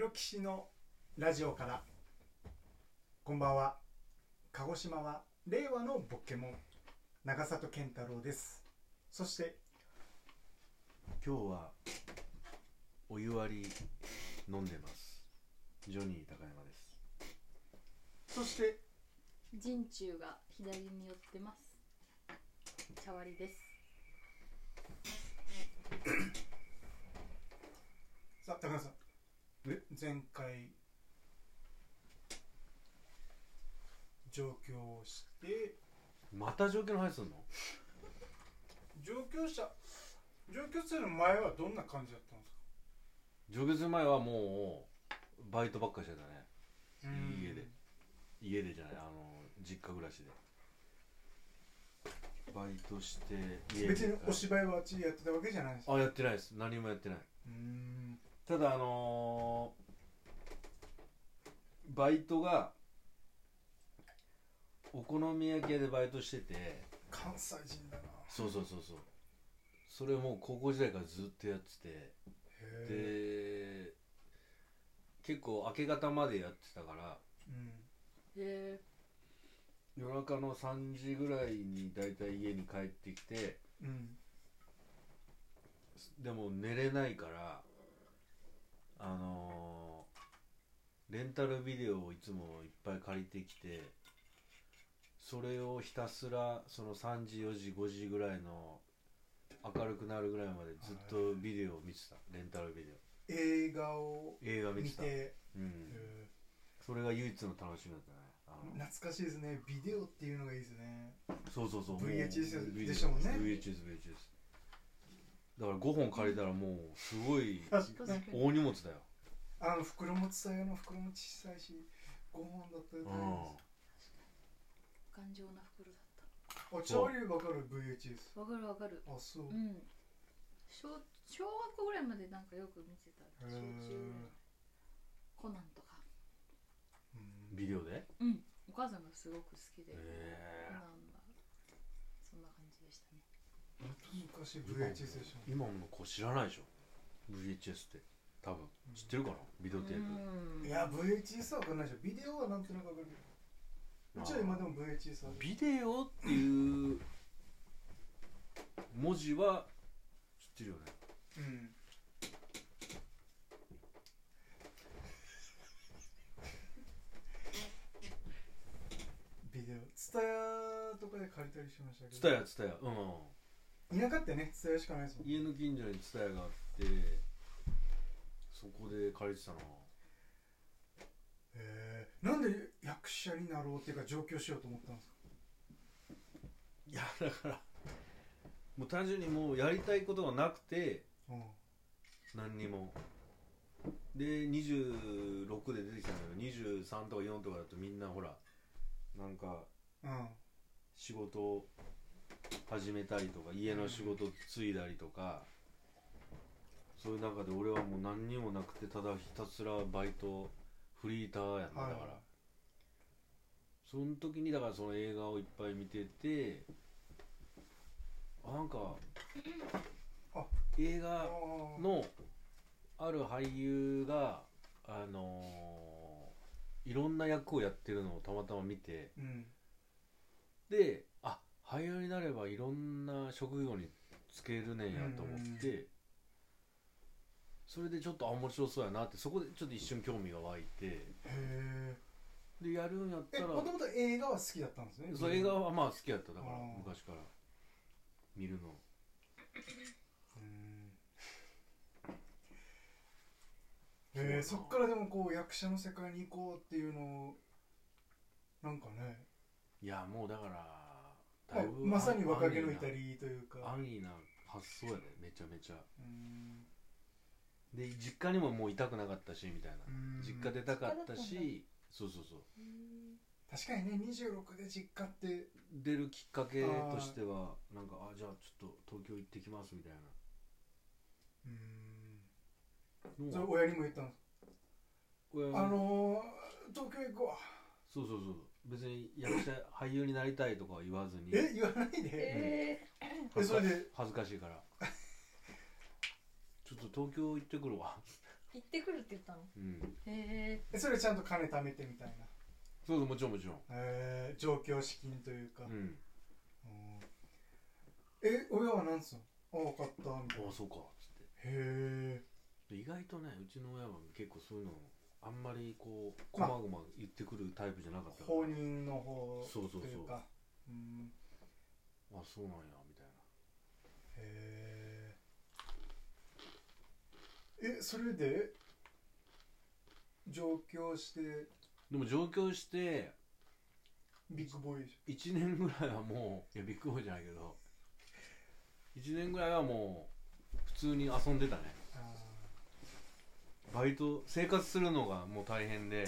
ロ騎士のラジオから。こんばんは。鹿児島は令和のボッケモン長里健太郎です。そして今日はお湯割り飲んでます。ジョニー高山です。 そして陣中が左に寄ってます。茶割りです。 さあ高山さん、前回上京をしてまた上京の話すんの？ 上京する前はどんな感じだったんですか？ 上京する前はもうバイトばっかりしてたね。家でじゃない、実家暮らしでバイトして家で。 別にお芝居はあっちでやってたわけじゃないですか？ やってないです。何もやってない。ただバイトがお好み焼き屋でバイトしてて。 関西人だな。 そうそれをもう高校時代からずっとやってて、で結構明け方までやってたから、夜中の3時ぐらいにだいたい家に帰ってきて、でも寝れないからレンタルビデオをいつもいっぱい借りてきて、それをひたすらその3時4時5時ぐらいの明るくなるぐらいまでずっとビデオを見てた。レンタルビデオ、映画見てた。それが唯一の楽しみだったね。 懐かしいですね。ビデオっていうのがいいですね。 そう VHS でしたもんね。 VHS だから5本借りたらもうすごい大荷物だよ。 袋も小さいし5本だったよね。 頑丈な袋だった。 チャーリーわかる？ VHS わかる。 あ、そう。 小学校ぐらいまでなんかよく見てた。小中コナンとかビデオで。 お母さんがすごく好きで、コナンがそんな感じでしたね。 昔 VHS でしょ。 今の子知らないでしょ VHS って。多分知ってるかな、ビデオテープ。 いや VHS は分かんないでしょ。ビデオはなんとなく分かるけど、うちは今でも VHS ある。ビデオっていう文字は知ってるよね。 ビデオツタヤとかで借りたりしましたけど。 ツタヤ田舎ってね、ツタヤしかないですもん。 家の近所にツタヤがあって、そこで借りてたな。 なんで役者になろうっていうか上京しようと思ったんですか？ いやだからもう単純にもうやりたいことがなくて、何にもで26で出てきたんだけど、23とか4とかだとみんなほらなんか仕事を始めたりとか家の仕事継いだりとか、そういう中で俺はもう何にもなくて、ただひたすらバイトフリーターやんだから、その時にだからその映画をいっぱい見てて、なんか映画のある俳優がいろんな役をやってるのをたまたま見て、で俳優になればいろんな職業に就けるねんやと思って、それでちょっと面白そうやなって、そこでちょっと一瞬興味が湧いて、でやるんやったら。 もともと映画は好きだったんですね。 そう、映画はまあ好きやった。だから昔から見るの。 そっからでもこう役者の世界に行こうっていうのをなんかね。 いやもうだからだいぶまさに若気の至りというか安易な発想やで、めちゃめちゃ。で実家にももういたくなかったしみたいな、実家出たかったし、そう確かにね、26で実家って出るきっかけとしてはなんかじゃあちょっと東京行ってきますみたいな。 それ親にも言ったんですか？東京行くわ。 そう別に役者俳優になりたいとかは言わずに。 言わないで。それで恥ずかしいからちょっと東京行ってくるわ行ってくるって言ったの？ うんへえ。 それちゃんと金貯めてみたいな。 そうそうもちろんもちろん上京資金というか、 うん親は何つうの、分かったみたいな。 ああそうかっつってへえ。 意外とねうちの親は結構そういうのあんまりこうこまごま言ってくるタイプじゃなかったから放任の方そうそうそうというか。 あそうなんやみたいへえ。それで上京してなでも上京してビッグボーイでし 1年ぐらいはもういやビッグボーイじゃないけど1年ぐらいはもう普通に遊んでたねょ。 バイト生活するのがもう大変で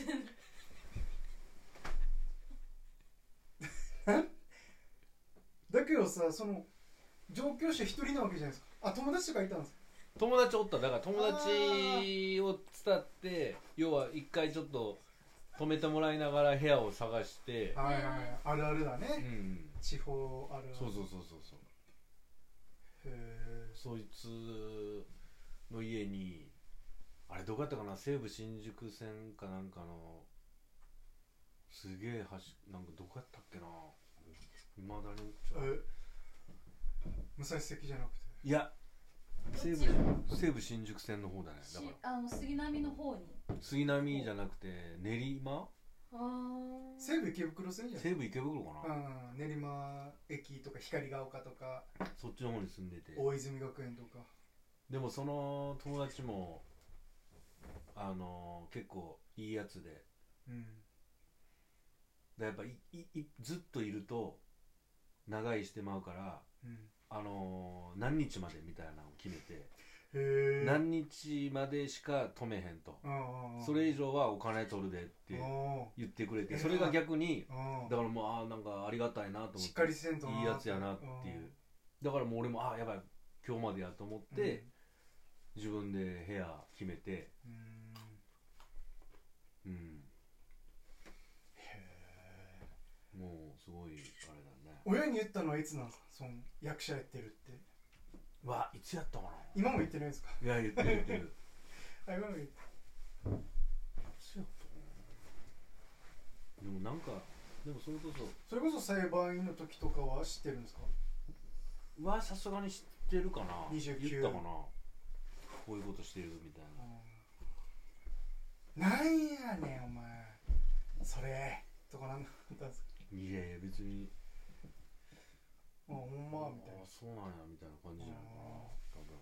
だけどさ、その上京して一人なわけじゃないですか。あ、友達とかいたんですか？ 友達おっただから友達を伝って要は一回ちょっと泊めてもらいながら部屋を探してはいはい、あるあるだうね、 ん地方あるある。 そうそうへえ。 そいつの家にあれどこやったかな西武新宿線かなんかのすげえ橋なんかどこやったっけな未だに武蔵関じゃなくて。 いや西どっ武新宿線の方だねだから杉並の方に。 杉並じゃなくて練馬西武池袋線じゃない西武池袋かな、 練馬駅とか光が丘とかそっちの方に住んでて大泉学園とか。 でもその友達も結構いいやつでやっぱずっといると長居してまうから何日までみたいなのを決めて何日までしか止めへんとそれ以上はお金取るでって言ってくれてそれが逆にだからもうなんかありがたいなと思ってしっかりせんとないいやつやなっていうだからもう俺もやばい今日までやと思って自分で部屋決めてもうすごいあれだね親に言ったのはいつなんですか、その役者やってるって。 いつやったかな今も言ってないですか？ いや言ってるあ、今も言って。 いつやったかなでもなんかでもそれこそ裁判員の時とかは知ってるんですか？ さすがに知ってるかな 29 言ったかなこういうことしてるみたいなんやねんお前それとかなんだったんですか？ ないやいや別にほんまみたいな。 そうなんやみたいな感じじゃないかな多分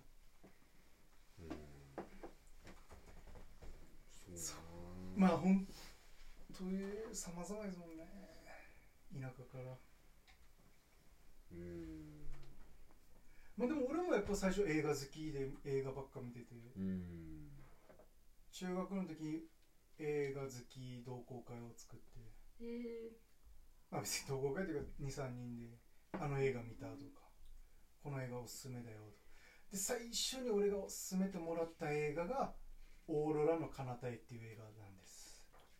そうまあほんという様々ですもんね、田舎からまあでも俺もやっぱ最初映画好きで映画ばっか見てて中学の時映画好き同好会を作ってまあ別に同好会というか 2,3 人であの映画見たとかこの映画おすすめだよとで最初に俺がおすすめてもらった映画がオーロラの彼方へっていう映画なんです。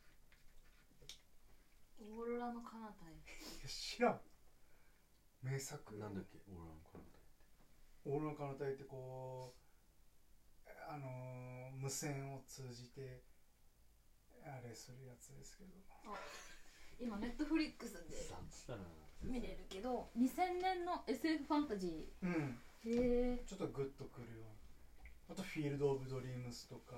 オーロラの彼方へ。 いや知らん名作なんだっけオーロラの彼方へオーロラの彼方へってこう無線を通じてあれするやつですけど今ネットフリックスで見れるけど2000年の SF ファンタジーへえちょっとグッとくるようなあとフィールド・オブ・ドリームスとか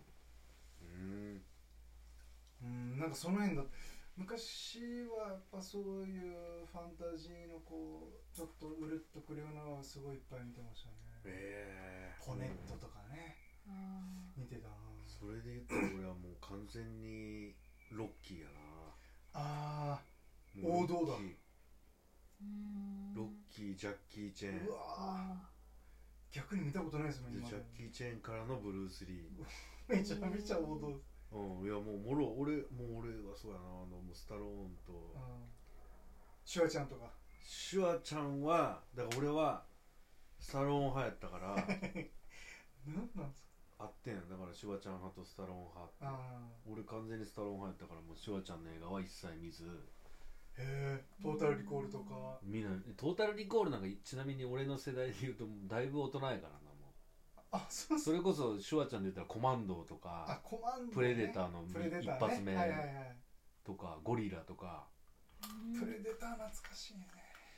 なんかその辺だ昔はやっぱそういうファンタジーのこうちょっとうるっとくるようなのはすごいいっぱい見てましたねコネットとかね見てたな。 それで言ったら俺はもう完全にロッキーやな王道だロッキージャッキー・チェーンうわ逆に見たことないですもん今ジャッキー・チェーンからのブルース・リーめちゃめちゃ王道いやもう俺はそうやなスタローンとシュワちゃんとかシュワちゃんはだから俺はスタローン派やったから何なんですかあってんだからシュワちゃん派とスタローン派俺完全にスタローン派やったからもうシュワちゃんの映画は一切見ずトータルリコールとか見ないトータルリコールなんかちなみに俺の世代で言うとだいぶ大人やからなもあ、そうそれこそシュワちゃんで言ったらコマンドとか、 コマンド、ね、 プレデターの一発目とか、ゴリラとか。 プレデター懐かしいね。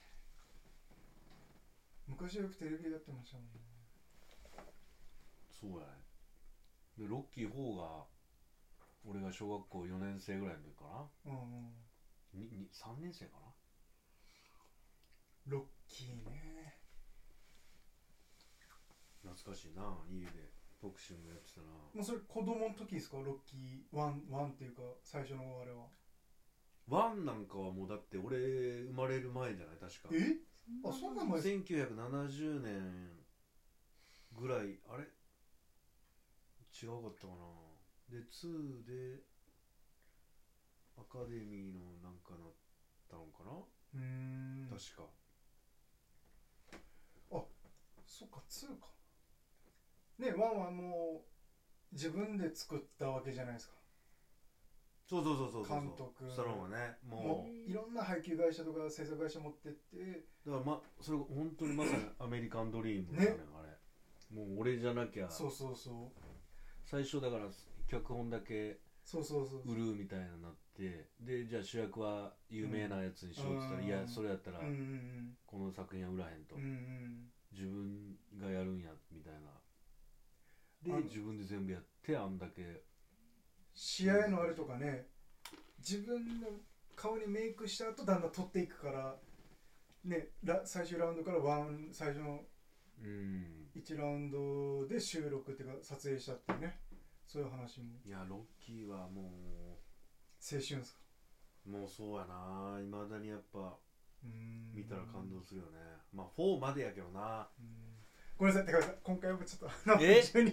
昔よくテレビでやってましたもんね。 そうやね。でロッキー4が俺が小学校4年生ぐらいの時かな、うんうん、3年生かな。 ロッキーね、 懐かしいな。家でボクシングやってたな。 もうそれ子供の時ですか？ロッキー1っていうか最初のあれは。 1なんかはもうだって俺生まれる前じゃない確か。 あ、そんな前。 1970年ぐらい。あれ違うかったかな。で2でアカデミーのなんかなったのかな。確か。 あ、そっか、2かね。1はもう自分で作ったわけじゃないですか。 そう監督スタローンはね、 もういろんな配給会社とか制作会社持ってって、 だからそれ本当にまさにアメリカンドリームだね。あれもう俺じゃなきゃ。 そう最初だから脚本だけ売るみたいになって、でじゃあ主役は有名なやつにしようって言ったら、いやそれやったらこの作品は売らへんと、自分がやるんやみたいなで自分で全部やってあんだけ試合のあれとかね、自分の顔にメイクした後だんだん取っていくからね、最終ラウンドから最初の1ラウンドで収録っていうか撮影したってね、そういう話も。 いやロッキーはもう青春ですか。 もうそうやな。未だにやっぱ見たら感動するよね。まあ4までやけどな。 ごめんなさい、高橋さん、今回はちょっと12